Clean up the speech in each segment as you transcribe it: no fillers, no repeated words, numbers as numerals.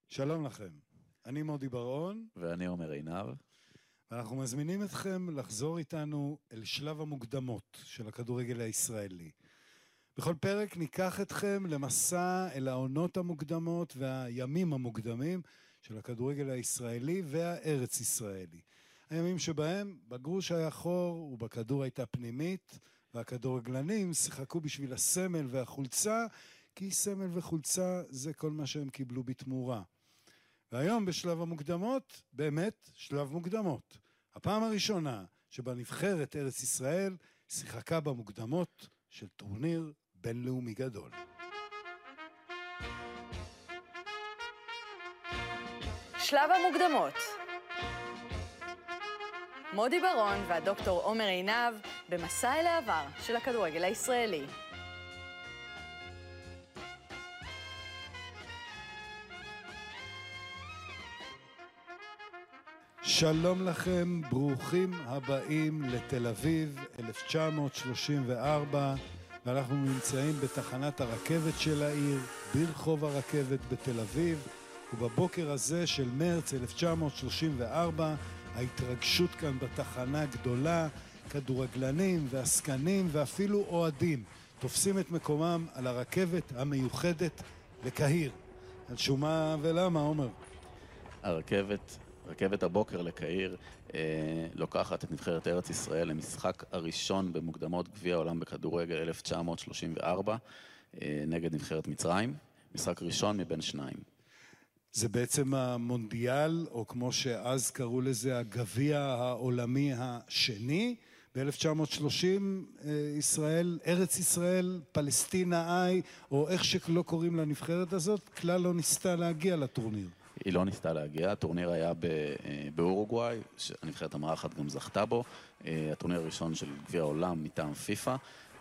שלום לכם, אני מודי ברון. ואני עומר עינב. ואנחנו מזמינים אתכם לחזור איתנו אל שלב המוקדמות של הכדורגל הישראלי. בכל פרק ניקח אתכם למסע אל העונות המוקדמות והימים המוקדמים של הכדורגל הישראלי והארץ ישראלי. הימים שבהם בגרוש היה חור ובכדור הייתה פנימית, והכדורגלנים שיחקו בשביל הסמל והחולצה, כי סמל וחולצה זה כל מה שהם קיבלו בתמורה. והיום בשלב המוקדמות, באמת שלב מוקדמות. הפעם הראשונה שבה נבחרת ארץ ישראל שיחקה במוקדמות של טורניר בינלאומי גדול. שלב המוקדמות. מודי ברון והדוקטור עומר עינב במסע אל העבר של הכדורגל הישראלי. שלום לכם, ברוכים הבאים לתל אביב 1934, ואנחנו נמצאים בתחנת הרכבת של העיר, ברחוב הרכבת בתל אביב, ובבוקר הזה של מרץ 1934, ההתרגשות כאן בתחנה גדולה, כדורגלנים ועסקנים ואפילו אוהדים תופסים את מקומם על הרכבת המיוחדת לקהיר. על שומה ולמה, עומר? רכבת הבוקר לקהיר לוקחת את נבחרת ארץ ישראל למשחק הראשון במוקדמות גביע העולם בכדורגל 1934 נגד נבחרת מצרים, משחק ראשון מבין שניים. זה בעצם המונדיאל, או כמו שאז קראו לזה, הגביע העולמי השני. ב-1930 ארץ ישראל, פלסטינה איי, או איך שלא קוראים לנבחרת הזאת, כלל לא ניסתה להגיע לטורניר. היא לא ניסתה להגיע, הטורניר היה באורוגוואי, הנבחרת המארחת גם זכתה בו, הטורניר הראשון של גביע העולם מטעם פיפה,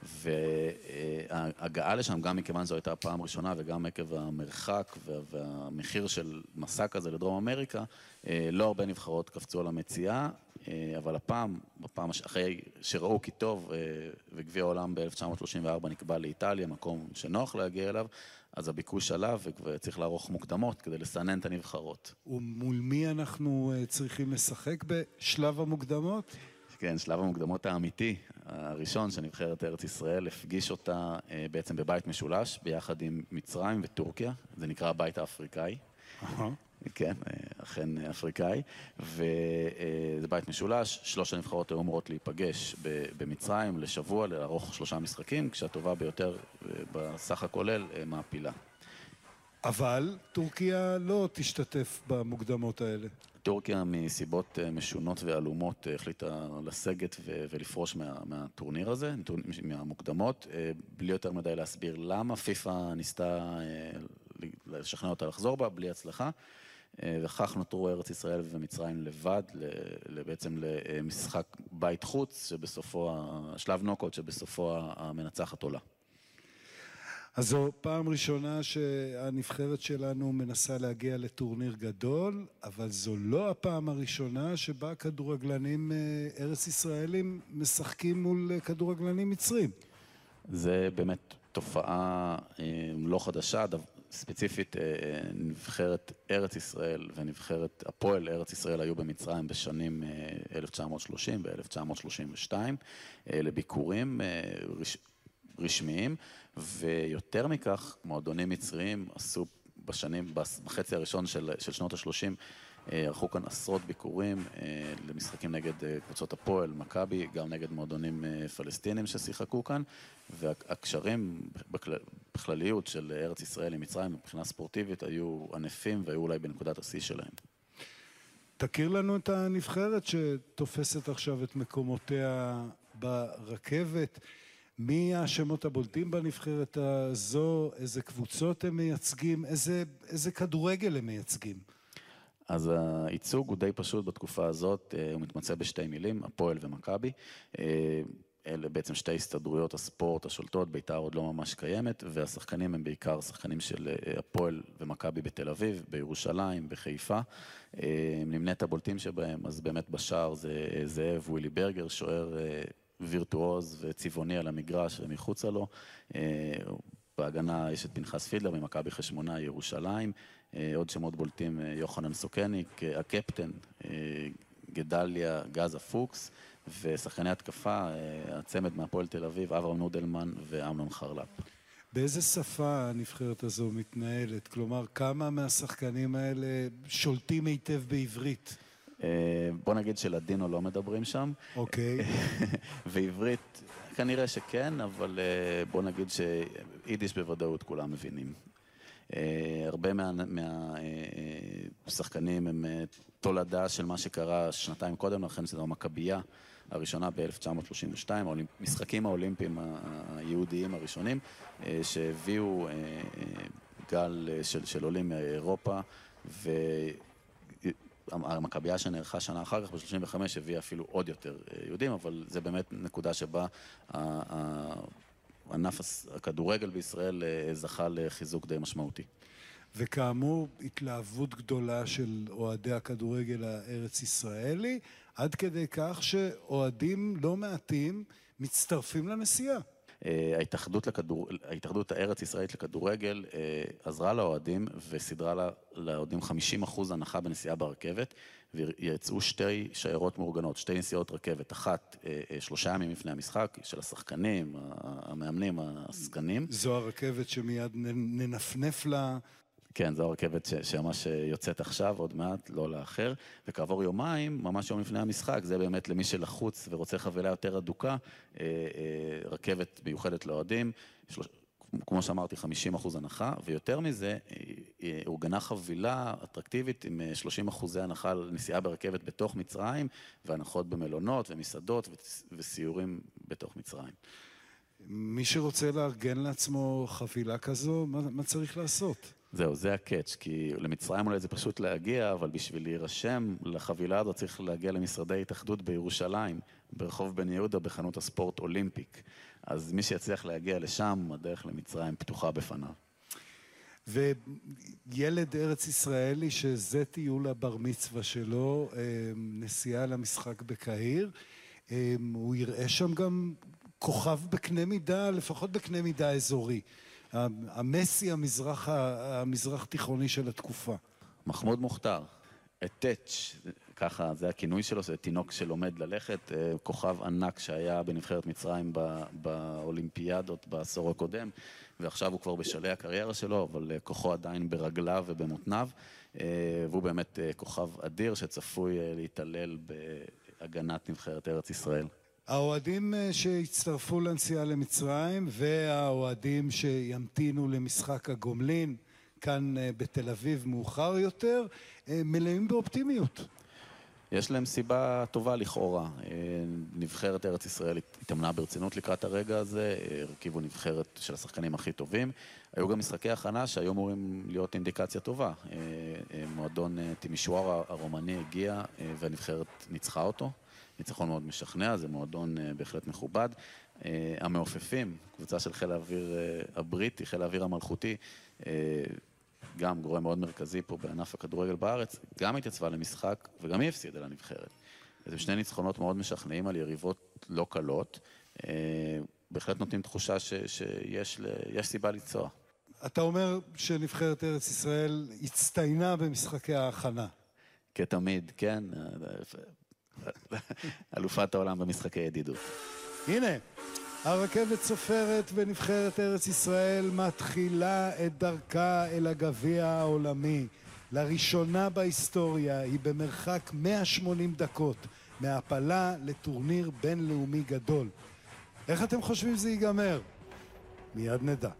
וההגעה לשם גם מכיוון זו הייתה הפעם הראשונה וגם עקב המרחק והמחיר של מסע כזה לדרום אמריקה, לא הרבה נבחרות קפצו על המציאה, אבל בפעם אחרי שראו כי טוב וגביע העולם ב-1934 נקבע לאיטליה, מקום שנוח להגיע אליו, אז הביקוש עלה וצריך לערוך מוקדמות כדי לסנן את הנבחרות. ומול מי אנחנו צריכים לשחק בשלב המוקדמות? כן, שלב המוקדמות האמיתי, הראשון שנבחרת ארץ ישראל, הפגיש אותה בעצם בבית משולש, ביחד עם מצרים וטורקיה, זה נקרא הבית האפריקאי. כן, אכן אפריקאי, וזה בית משולש, 3 הנבחרות היו אמורות להיפגש במצרים לשבוע, לערוך 3 משחקים, כשהטובה ביותר בסך הכולל מעפילה. אבל טורקיה לא תשתתף במוקדמות האלה. טורקיה מסיבות משונות ועלומות החליטה לסגת ולפרוש מהטורניר הזה, מהמוקדמות, בלי יותר מדי להסביר למה. פיפה ניסתה לשכנע אותה לחזור בה, בלי הצלחה, וכך נותרו ארץ ישראל ומצרים לבד, בעצם למשחק בית חוץ, שבסופו, שלב נוקאוט שבסופו המנצחת עולה. אז זו פעם ראשונה שהנבחרת שלנו מנסה להגיע לטורניר גדול, אבל זו לא הפעם הראשונה שבה כדורגלנים ארץ ישראלים משחקים מול כדורגלנים מצרים. זה באמת תופעה לא חדשה, ספציפית נבחרת ארץ ישראל ונבחרת הפועל ארץ ישראל היו במצרים בשנים 1930 ו-1932 לביקורים רשמיים, ויותר מכך, מועדונים מצריים עשו בחצי הראשון של שנות ה-30, ערכו כאן עשרות ביקורים למשחקים נגד קבוצות הפועל, מכבי, גם נגד מועדונים פלסטינים ששיחקו כאן, והקשרים בכלליות של ארץ ישראל עם מצרים מבחינה ספורטיבית היו ענפים והיו אולי בנקודת השיא שלהם. תכיר לנו את הנבחרת שתופסת עכשיו את מקומותיה ברכבת. מי השמות הבולטים בנבחרת הזו? איזה קבוצות הם מייצגים? איזה כדורגל הם מייצגים? אז הייצוג הוא די פשוט בתקופה הזאת, הוא מתמצא בשתי מילים, הפועל ומכבי. אלה בעצם שתי הסתדרויות הספורט השולטות, בית"ר עוד לא ממש קיימת, והשחקנים הם בעיקר שחקנים של הפועל ומכבי בתל אביב, בירושלים, בחיפה. נמנה את הבולטים שבהם, אז באמת בשער זה זאב ווילי ברגר, שוער וירטואוז וצבעוני על המגרש ומחוצה לו. בהגנה יש את פנחס פילדר ממכבי חשמונאי ירושלים, עוד שמות בולטים, יוחנן סוקניק, הקפטן, גדליה, גזה פוקס, ושחקני התקפה, הצמד מהפועל תל אביב, אברהם נודלמן ואמנון חרל"פ. באיזה שפה הנבחרת הזו מתנהלת? כלומר, כמה מהשחקנים האלה שולטים היטב בעברית? בוא נגיד שלדינו לא מדברים שם. אוקיי. ועברית, כנראה שכן, אבל בוא נגיד שיידיש בוודאות כולם מבינים. הרבה מהשחקנים הם תולדה של מה שקרה שנתיים קודם לכן, שזו המכבייה הראשונה ב-1932, המשחקים האולימפיים היהודיים הראשונים, שהביאו גל של עולים מאירופה, והמכבייה שנערכה שנה אחר כך, ב-35, הביאה אפילו עוד יותר יהודים, אבל זה באמת נקודה שבה ענף הכדורגל בישראל זכה לחיזוק די משמעותי. וכאמור, התלהבות גדולה של אוהדי הכדורגל הארץ ישראלי, עד כדי כך שאוהדים לא מעטים מצטרפים לנסיעה. ההתאחדות הארץ ישראלית לכדורגל עזרה לאוהדים וסידרה לאוהדים 50% הנחה בנסיעה ברכבת, ויצאו שתי שיירות מאורגנות, שתי נסיעות רכבת, אחת 3 ימים לפני המשחק של השחקנים, המאמנים, הסגנים. זו הרכבת שמיד ננפנף לה. כן, זו הרכבת שממש יוצאת עכשיו, עוד מעט, לא לאחר, וכעבור יומיים, ממש יום לפני המשחק, זה באמת למי שלחוץ ורוצה חבילה יותר אדוקה, רכבת מיוחדת לאוהדים, כמו שאמרתי, 50% הנחה, ויותר מזה, אורגנה חבילה אטרקטיבית עם 30% הנחה לנסיעה ברכבת בתוך מצרים, והנחות במלונות ומסעדות וסיורים בתוך מצרים. מי שרוצה לארגן לעצמו חבילה כזו, מה צריך לעשות? זהו, זה הקאץ', כי למצרים אולי זה פשוט להגיע, אבל בשביל להירשם לחבילה הזאת צריך להגיע למשרדי התאחדות בירושלים, ברחוב בן יהודה, בחנות הספורט אולימפיק. אז מי שיצליח להגיע לשם, הדרך למצרים פתוחה בפניו. וילד ארץ ישראלי שזה טיול הבר מצווה שלו, נסיעה למשחק בקהיר, הוא יראה שם גם כוכב בקנה מידה, לפחות בקנה מידה אזורי. המסי המזרח תיכוני של התקופה. מחמוד מוכתר, הטץ', ככה, זה הכינוי שלו, זה תינוק שלומד ללכת, כוכב ענק שהיה בנבחרת מצרים באולימפיאדות בעשור הקודם, ועכשיו הוא כבר בשלהי הקריירה שלו, אבל כוחו עדיין ברגליו ובמותניו, והוא באמת כוכב אדיר שצפוי להתעלל בהגנת נבחרת ארץ ישראל. האוהדים שהצטרפו לנסיעה למצרים והאוהדים שימתינו למשחק הגומלין כאן בתל אביב מאוחר יותר, מלאים באופטימיות. יש להם סיבה טובה לכאורה. נבחרת ארץ ישראל התאמנה ברצינות לקראת הרגע הזה, הרכיבו נבחרת של השחקנים הכי טובים. היו גם משחקי הכנה שהיו אמורים להיות אינדיקציה טובה. מועדון תימישוארה הרומני הגיע והנבחרת ניצחה אותו. ניצחון מאוד משכנע, זה מועדון בהחלט מכובד. המעופפים, קבוצה של חיל האוויר הבריטי, חיל האוויר המלכותי, גם גורם מאוד מרכזי פה בענף הכדורגל בארץ, גם התייצבה למשחק וגם היא הפסידה לנבחרת. זה שני ניצחונות מאוד משכנעים על יריבות לא קלות, בהחלט נותנים תחושה שיש סיבה לצוע. אתה אומר שנבחרת ארץ ישראל הצטיינה במשחקי ההכנה. כתמיד, כן. אלופת העולם במשחקי ידידות. הנה, הרכבת סופרת ונבחרת ארץ ישראל מתחילה את דרכה אל הגביע העולמי. לראשונה בהיסטוריה היא במרחק 180 דקות מהעפלה לטורניר בינלאומי גדול. איך אתם חושבים זה ייגמר? מיד נדע.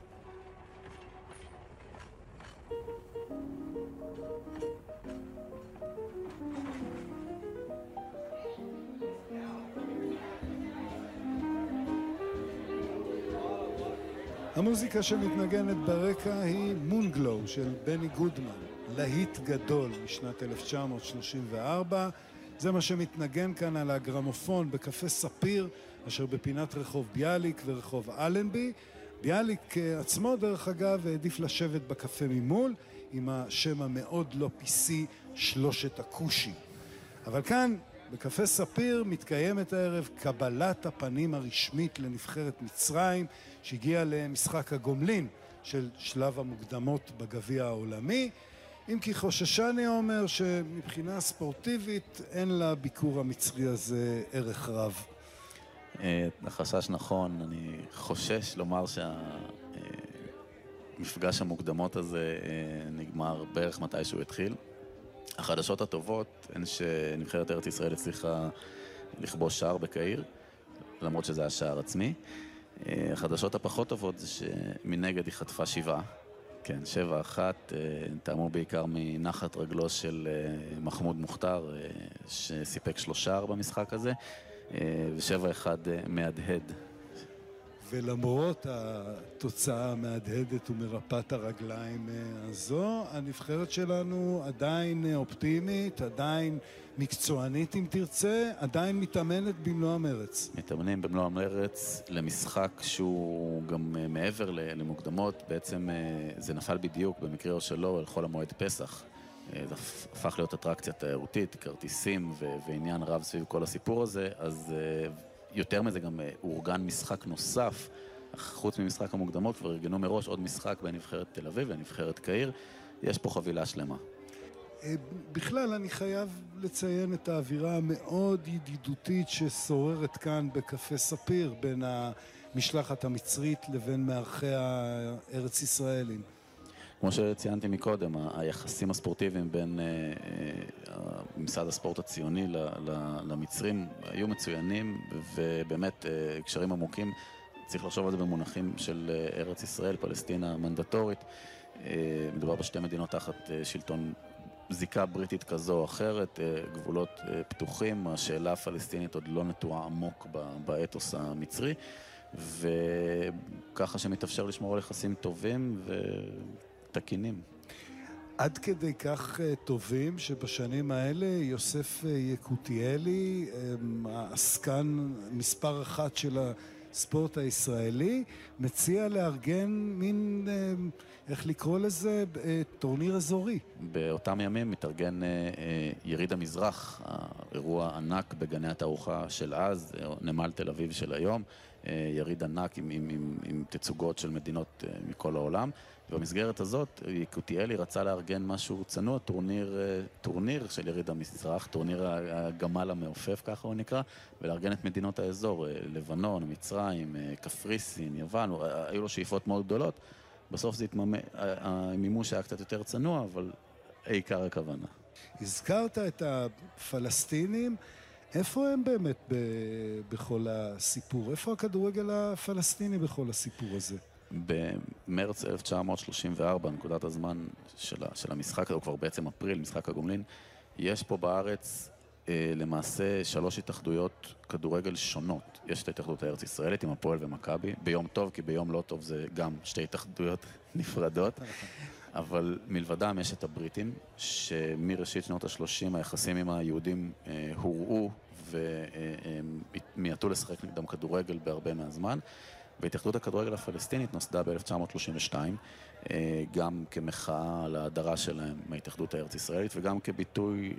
המוזיקה שמתנגנת ברקע היא מונגלו של בני גודמן, להיט גדול משנת 1934. זה מה שמתנגן כאן על הגרמופון בקפה ספיר, אשר בפינת רחוב ביאליק ורחוב אלנבי. ביאליק עצמו דרך אגב העדיף לשבת בקפה ממול, עם השם המאוד לא פיסי שלושת הכושים. אבל כאן בקפה ספיר מתקיימת הערב קבלת הפנים הרשמית לנבחרת מצרים, שהגיעה למשחק הגומלין של שלב המוקדמות בגביע העולמי, אם כי חוששני אומר שמבחינה ספורטיבית אין לביקור המצרי הזה ערך רב. החשש נכון, אני חושש לומר שהמפגש המוקדמות הזה נגמר בערך מתי שהוא התחיל. החדשות הטובות הן שנבחרת ארץ ישראל הצליחה לכבוש שער בקהיר, למרות שזה היה שער עצמי. החדשות הפחות טובות זה שמנגד היא חטפה 7. כן, 7-1, טעמו בעיקר מנחת רגלו של מחמוד מוכתר, שסיפק 3 שער במשחק הזה, ו7-1 מהדהד. ולמרות התוצאה המהדהדת ומרפאת הרגליים הזו, הנבחרת שלנו עדיין אופטימית, עדיין מקצוענית אם תרצה, עדיין מתאמנת במלוא המרץ. מתאמנים במלוא המרץ למשחק שהוא גם מעבר למוקדמות, בעצם זה נפל בדיוק במקרה שלו על חול המועד פסח. זה הפך להיות אטרקציה תיירותית, כרטיסים ועניין רב סביב כל הסיפור הזה, אז יותר מזה גם אורגן משחק נוסף, חוץ ממשחק המוקדמות כבר ארגנו מראש עוד משחק בין נבחרת תל אביב ונבחרת קהיר, יש פה חבילה שלמה. בכלל אני חייב לציין את האווירה המאוד ידידותית ששוררת כאן בקפה ספיר בין המשלחת המצרית לבין מארחי הארץ ישראלים. כמו שציינתי מקודם, היחסים הספורטיביים בין משרד הספורט הציוני למצרים היו מצוינים ובאמת קשרים עמוקים. צריך לחשוב על זה במונחים של ארץ ישראל, פלסטינה מנדטורית. מדובר בשתי מדינות תחת שלטון זיקה בריטית כזו או אחרת, גבולות פתוחים, השאלה הפלסטינית עוד לא נטועה עמוק באתוס המצרי, וככה שמתאפשר לשמור על יחסים טובים תקינים. עד כדי כך טובים שבשנים האלה יוסף יקותיאלי, העסקן מספר 1 של הספורט הישראלי, מציע לארגן מין, איך לקרוא לזה, טורניר אזורי. באותם ימים מתארגן יריד המזרח, האירוע ענק בגני התערוכה של אז, נמל תל אביב של היום, יריד ענק עם תצוגות של מדינות מכל העולם. ובמסגרת הזאת, יקותיאלי רצה לארגן משהו צנוע, טורניר של יריד המזרח, טורניר הגמל המעופף, ככה הוא נקרא, ולארגן את מדינות האזור, לבנון, מצרים, קפריסין, יוון, היו לו שאיפות מאוד גדולות. בסוף זה המימוש היה קצת יותר צנוע, אבל העיקר הכוונה. הזכרת את הפלסטינים, איפה הם באמת בכל הסיפור? איפה הכדורגל הפלסטיני בכל הסיפור הזה? במרץ 1934, נקודת הזמן של המשחק, או כבר בעצם אפריל, משחק הגומלין, יש פה בארץ למעשה 3 התאחדויות כדורגל שונות. יש את ההתאחדות הארץ ישראלית עם הפועל ומכבי, ביום טוב, כי ביום לא טוב זה גם 2 התאחדויות נפרדות, אבל מלבדם יש את הבריטים, שמראשית שנות ה-30 היחסים עם היהודים הורעו, ומיעטו לשחק נגדם כדורגל בהרבה מהזמן. והתאחדות הכדורגל הפלסטינית נוסדה ב-1932, גם כמחאה על ההדרה שלהם מההתאחדות הארץ ישראלית, וגם כביטוי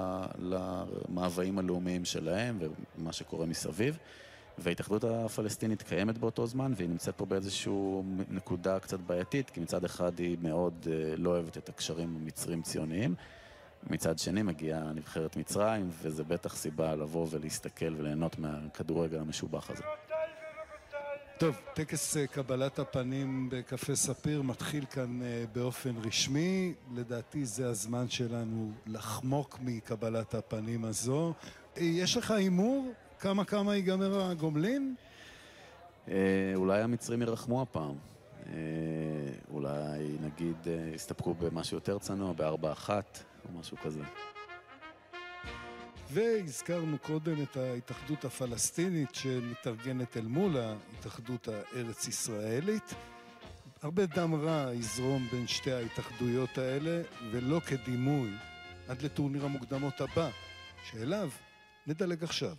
למאוויים הלאומיים שלהם ומה שקורה מסביב. וההתאחדות הפלסטינית קיימת באותו זמן, והיא נמצאת פה באיזושהי נקודה קצת בעייתית, כי מצד אחד היא מאוד לא אוהבת את הקשרים המצרים ציוניים, מצד שני מגיעה נבחרת מצרים, וזה בטח סיבה לבוא ולהסתכל וליהנות מהכדורגל המשובח הזה. טוב, טקס קבלת הפנים בקפה ספיר מתחיל כאן באופן רשמי. לדעתי זה הזמן שלנו לחמוק מקבלת הפנים הזו. יש לך הימור? כמה ייגמר הגומלין? אולי המצרים ירחמו הפעם. אולי נגיד הסתפקו במשהו יותר צנוע, ב4-1 או משהו כזה. והזכרנו קודם את ההתאחדות הפלסטינית שמתארגנת אל מול ההתאחדות הארץ ישראלית. הרבה דם רע יזרום בין שתי ההתאחדויות האלה, ולא כדימוי עד לטורניר המוקדמות הבא, שאליו נדלג עכשיו.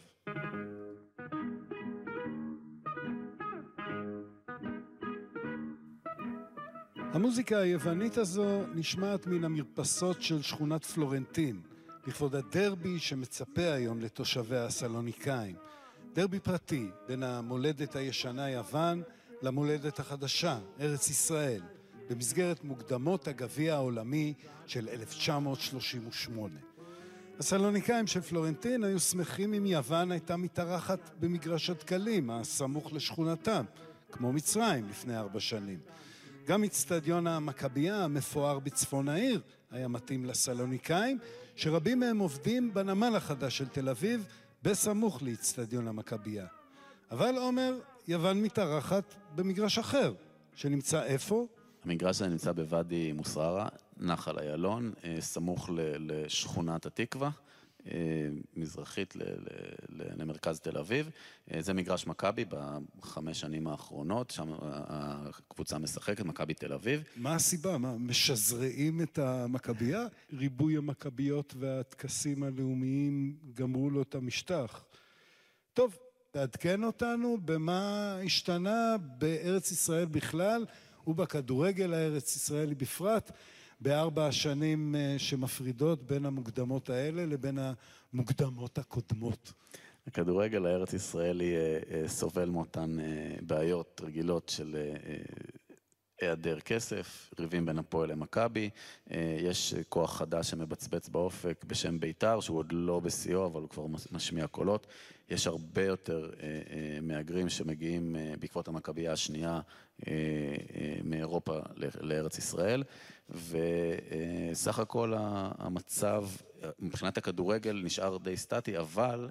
המוזיקה היוונית הזו נשמעת מן המרפסות של שכונת פלורנטין, לכבוד הדרבי שמצפה היום לתושבי הסלוניקאים. דרבי פרטי בין המולדת הישנה יוון למולדת החדשה, ארץ ישראל. במסגרת מוקדמות הגביע העולמי של 1938. הסלוניקאים של פלורנטין היו שמחים אם יוון הייתה מתארחת במגרש הדקלים הסמוך לשכונתם, כמו מצרים לפני 4 שנים. גם אצטדיון המכבייה המפואר בצפון העיר היה מתאים לסלוניקאים, שרבים מהם עובדים בנמל החדש של תל אביב, בסמוך לאצטדיון המכבייה. אבל עומר, יוון מתארחת במגרש אחר, שנמצא איפה? המגרש הזה נמצא בוואדי מוסררה, נחל איילון, סמוך לשכונת התקווה, מזרחית למרכז תל אביב. זה מגרש מכבי ב5 שנים האחרונות, שם הקבוצה משחקת, מכבי תל אביב. מה הסיבה? מה, משזרעים את המכבייה? ריבוי המכביות והטקסים הלאומיים גמרו לו את המשטח. טוב, תעדכן אותנו במה השתנה בארץ ישראל בכלל ובכדורגל הארץ ישראלי בפרט, ב4 השנים שמפרידות בין המוקדמות האלה לבין המוקדמות הקודמות. הכדורגל הארץ ישראלי סובל מאותן בעיות רגילות של היעדר כסף, ריבים בין הפועל למכבי, יש כוח חדש שמבצבץ באופק בשם ביתר, שהוא עוד לא בשיאו, אבל הוא כבר משמיע קולות. יש הרבה יותר מהגרים שמגיעים בעקבות המכבייה השנייה מאירופה לארץ ישראל, וסך הכל המצב מבחינת הכדורגל נשאר די סטטי, אבל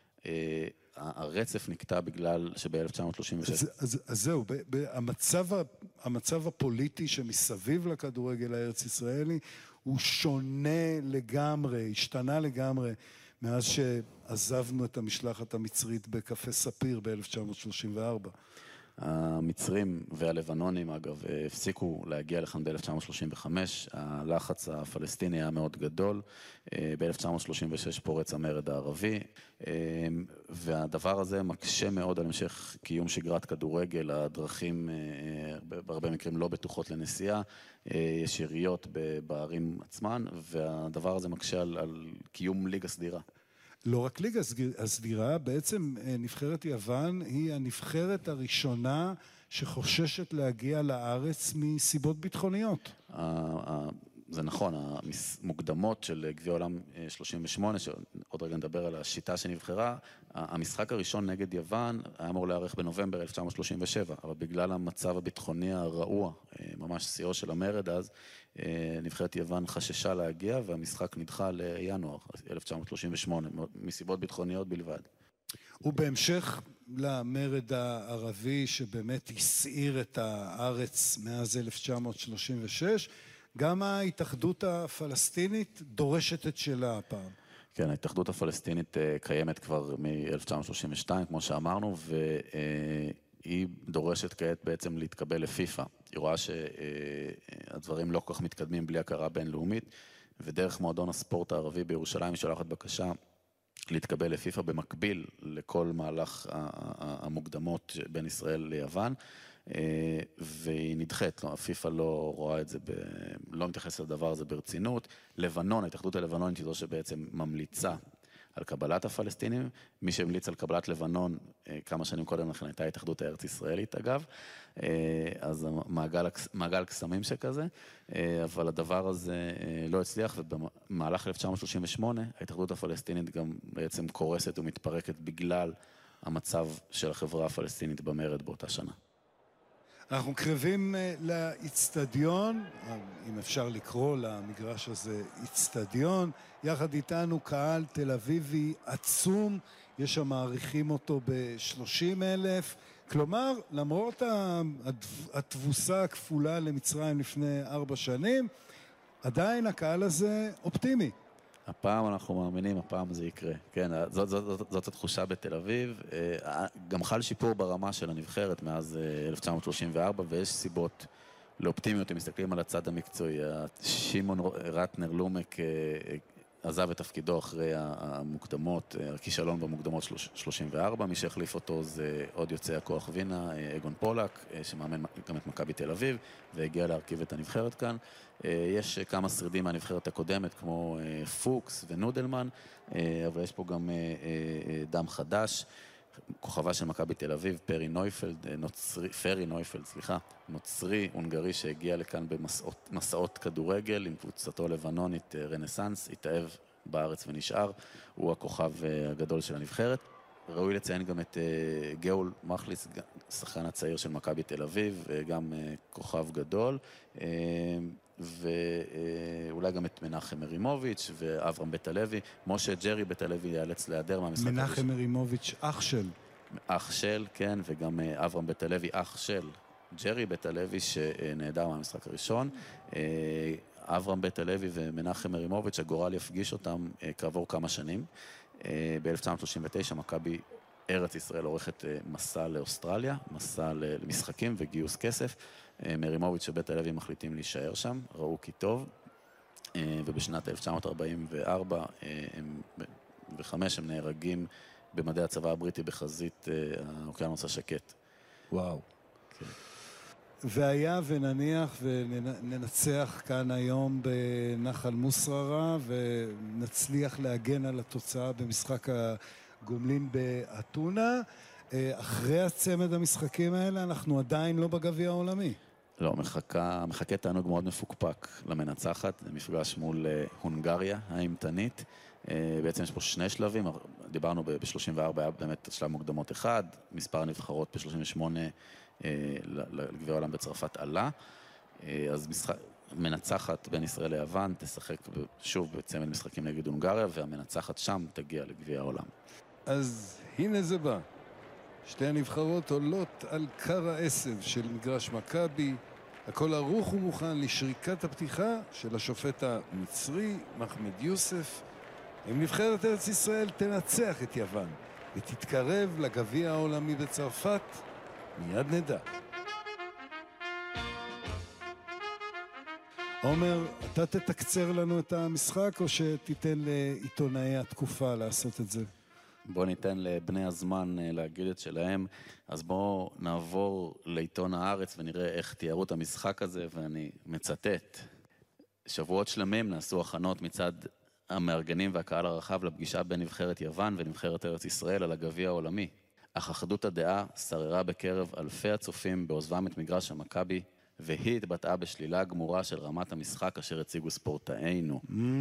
הרצף נקטע בגלל שב-1936... אז זהו, המצב הפוליטי שמסביב לכדורגל הארץ ישראלי הוא שונה לגמרי, השתנה לגמרי מאז שעזבנו את המשלחת המצרית בקפה ספיר ב-1934. המצרים והלבנונים, אגב, הפסיקו להגיע לכאן ב-1935, הלחץ הפלסטיני היה מאוד גדול, ב-1936 פורץ המרד הערבי, והדבר הזה מקשה מאוד על המשך קיום שגרת כדורגל, הדרכים בהרבה מקרים לא בטוחות לנסיעה, יש יריות בערים עצמן, והדבר הזה מקשה על קיום ליגה סדירה. לא רק ליגה הסדירה, בעצם נבחרת יוון היא הנבחרת הראשונה שחוששת להגיע לארץ מסיבות ביטחוניות. זה נכון, המוקדמות של גביע העולם 38, שעוד רגע נדבר על השיטה שנבחרה, המשחק הראשון נגד יוון היה אמור להיערך בנובמבר 1937, אבל בגלל המצב הביטחוני הרעוע, ממש שיאו של המרד אז, נבחרת יוון חששה להגיע, והמשחק נדחה לינואר 1938, מסיבות ביטחוניות בלבד. ובהמשך למרד הערבי שבאמת הסעיר את הארץ מאז 1936, גם ההתאחדות הפלסטינית דורשת את שלה הפעם. כן, ההתאחדות הפלסטינית קיימת כבר מ-1932, כמו שאמרנו, והיא דורשת כעת בעצם להתקבל לפיפ"א. היא רואה שהדברים לא כל כך מתקדמים בלי הכרה בינלאומית, ודרך מועדון הספורט הערבי בירושלים שולחת בקשה להתקבל לפיפ"א במקביל לכל מהלך המוקדמות בין ישראל ליוון, והיא נדחית, הפיפ"א לא רואה את זה, לא מתייחס לדבר הזה ברצינות. לבנון, ההתאחדות הלבנונית היא זו שבעצם ממליצה על קבלת הפלסטינים, מי שהמליץ על קבלת לבנון כמה שנים קודם לכן הייתה ההתאחדות הארץ ישראלית אגב, אז מעגל קסמים שכזה, אבל הדבר הזה לא הצליח, ובמהלך 1938 ההתאחדות הפלסטינית גם בעצם קורסת ומתפרקת בגלל המצב של החברה הפלסטינית במרד באותה שנה. אנחנו קרבים לאצטדיון, אם אפשר לקרוא למגרש הזה אצטדיון, יחד איתנו קהל תל אביבי עצום, יש שם מעריכים אותו ב-30,000, כלומר, למרות התבוסה הכפולה למצרים לפני 4 שנים, עדיין הקהל הזה אופטימי. הפעם אנחנו מאמינים, הפעם זה יקרה. כן, זאת התחושה בתל אביב. גם חל שיפור ברמה של הנבחרת מאז 1934, ויש סיבות לאופטימיות. אם מסתכלים על הצד המקצועי, שמעון רטנר לומק עזב את תפקידו אחרי המוקדמות, הכישלון במוקדמות 34, מי שהחליף אותו זה עוד יוצא הכוח וינה, אגון פולק, שמאמן גם את מכבי תל אביב, והגיע להרכיב את הנבחרת כאן. יש כמה שרידים מהנבחרת הקודמת, כמו פוקס ונודלמן, אבל יש פה גם דם חדש. כוכבה של מכבי תל אביב, פרי נויפלד, נוצרי, הונגרי שהגיע לכאן במסעות כדורגל עם קבוצתו לבנונית רנסנס, התאהב בארץ ונשאר, הוא הכוכב הגדול של הנבחרת. ראוי לציין גם את גאול מחליס, שחקן הצעיר של מכבי תל אביב, גם כוכב גדול, ואולי גם את מנחם מרימוביץ' ואברהם בית הלוי. משה ג'רי בית הלוי ייאלץ להיעדר מהמשחק. מנחם מרימוביץ' אח של, כן, וגם אברהם בית הלוי אח של ג'רי בית הלוי שנעדר מהמשחק הראשון. אברהם בית הלוי ומנחם מרימוביץ', הגורל יפגיש אותם כעבור כמה שנים. ב-1939 מכבי ארץ ישראל עורכת מסע לאוסטרליה, מסע למשחקים וגיוס כסף. מרימוביץ' ובית הלוי מחליטים להישאר שם, ראו כי טוב, ובשנת 1944 הם נהרגים במדי הצבא הבריטי בחזית האוקיינוס השקט. וואו. כן. והיה ונניח וננצח כאן היום בנחל מוסררה ונצליח להגן על התוצאה במשחק הגומלין באתונה. אחרי הצמד המשחקים האלה אנחנו עדיין לא בגביע העולמי. לא, מחכה תענוג מאוד מפוקפק למנצחת, מפגש מול הונגריה האימתנית. בעצם יש פה שני שלבים, דיברנו ב-34 היה באמת שלב מוקדמות אחד, מספר הנבחרות ב-38 לגביע העולם בצרפת עלה, אז מנצחת בין ישראל ליוון תשחק שוב בצמד משחקים נגד הונגריה, והמנצחת שם תגיע לגביע העולם. אז הנה זה בא. שתי הנבחרות עולות על קר העשב של מגרש מכבי, הכל ערוך ומוכן לשריקת הפתיחה של השופט המצרי מחמד יוסף. אם נבחרת ארץ ישראל תנצח את יוון ותתקרב לגביע העולמי בצרפת, מיד נדע. עומר, אתה תתקצר לנו את המשחק או שתיתן לעיתונאי התקופה לעשות את זה? בוא ניתן לבני הזמן להגיד את שלהם, אז בואו נעבור לעיתון הארץ ונראה איך תיארו את המשחק הזה, ואני מצטט. שבועות שלמים נעשו הכנות מצד המארגנים והקהל הרחב לפגישה בין נבחרת יוון ונבחרת ארץ ישראל על הגביע העולמי. אך אחדות הדעה שררה בקרב אלפי הצופים בעוזבם את מגרש המכבי, והיא התבטאה בשלילה גמורה של רמת המשחק אשר הציגו ספורטאינו.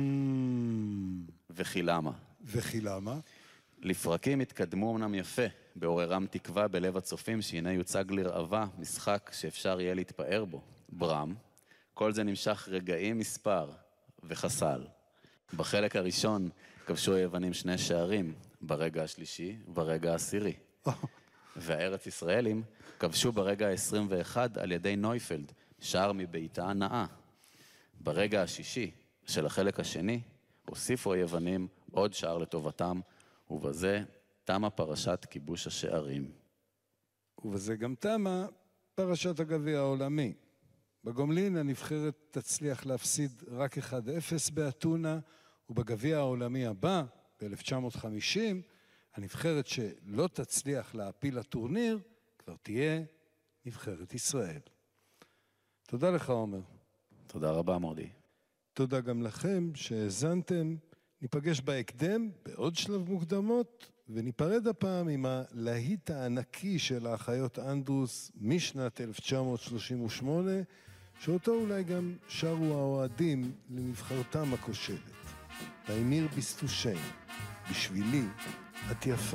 וכי למה? וכי למה? לפרקים התקדמו אמנם יפה, בעוררם תקווה בלב הצופים שהנה יוצג לרעבה משחק שאפשר יהיה להתפאר בו. ברם, כל זה נמשך רגעים מספר וחסל. בחלק הראשון כבשו היוונים 2 שערים, ברגע השלישי וברגע העשירי. והארץ ישראלים כבשו ברגע ה-21 על ידי נויפלד, שער מביתה הנאה. ברגע השישי של החלק השני הוסיפו היוונים עוד שער לטובתם, ובזה תמה פרשת כיבוש השערים. ובזה גם תמה פרשת הגביע העולמי. בגומלין הנבחרת תצליח להפסיד רק 1-0 באתונה, ובגביע העולמי הבא, ב-1950, הנבחרת שלא תצליח להפיל לטורניר, כבר תהיה נבחרת ישראל. תודה לך, עומר. תודה רבה, מורדי. תודה גם לכם שהאזנתם. ניפגש בהקדם בעוד שלב מוקדמות, וניפרד הפעם עם הלהיט הענקי של האחיות אנדרוס משנת 1938, שאותו אולי גם שרו האוהדים לנבחרתם הכושלת. באמיר ביסטושיין, בשבילי את יפה.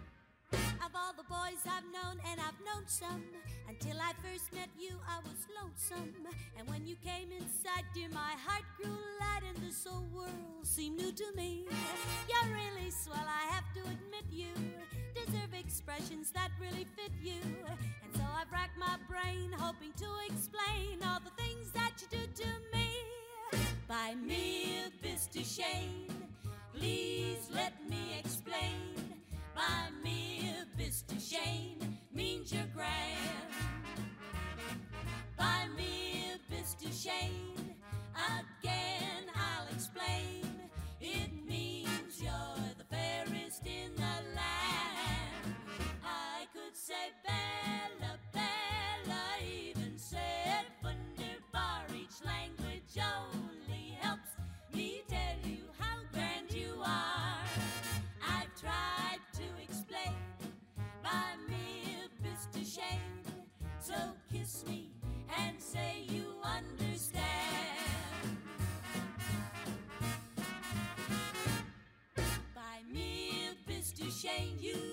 Some, until I first met you I was lonesome, and when you came inside dear my heart grew light and this whole world seemed new to me. You're really swell, I have to admit you deserve expressions that really fit you, and so I've racked my brain hoping to explain all the things that you do to me. By mere Bistoshane, please let me explain. By mere Bistoshane means you're grand. By mere Bistoshane, again I'll explain. It means you're the fairest in the land. I could say Bella, Bella, even said wunderbar. Each language only helps ain't you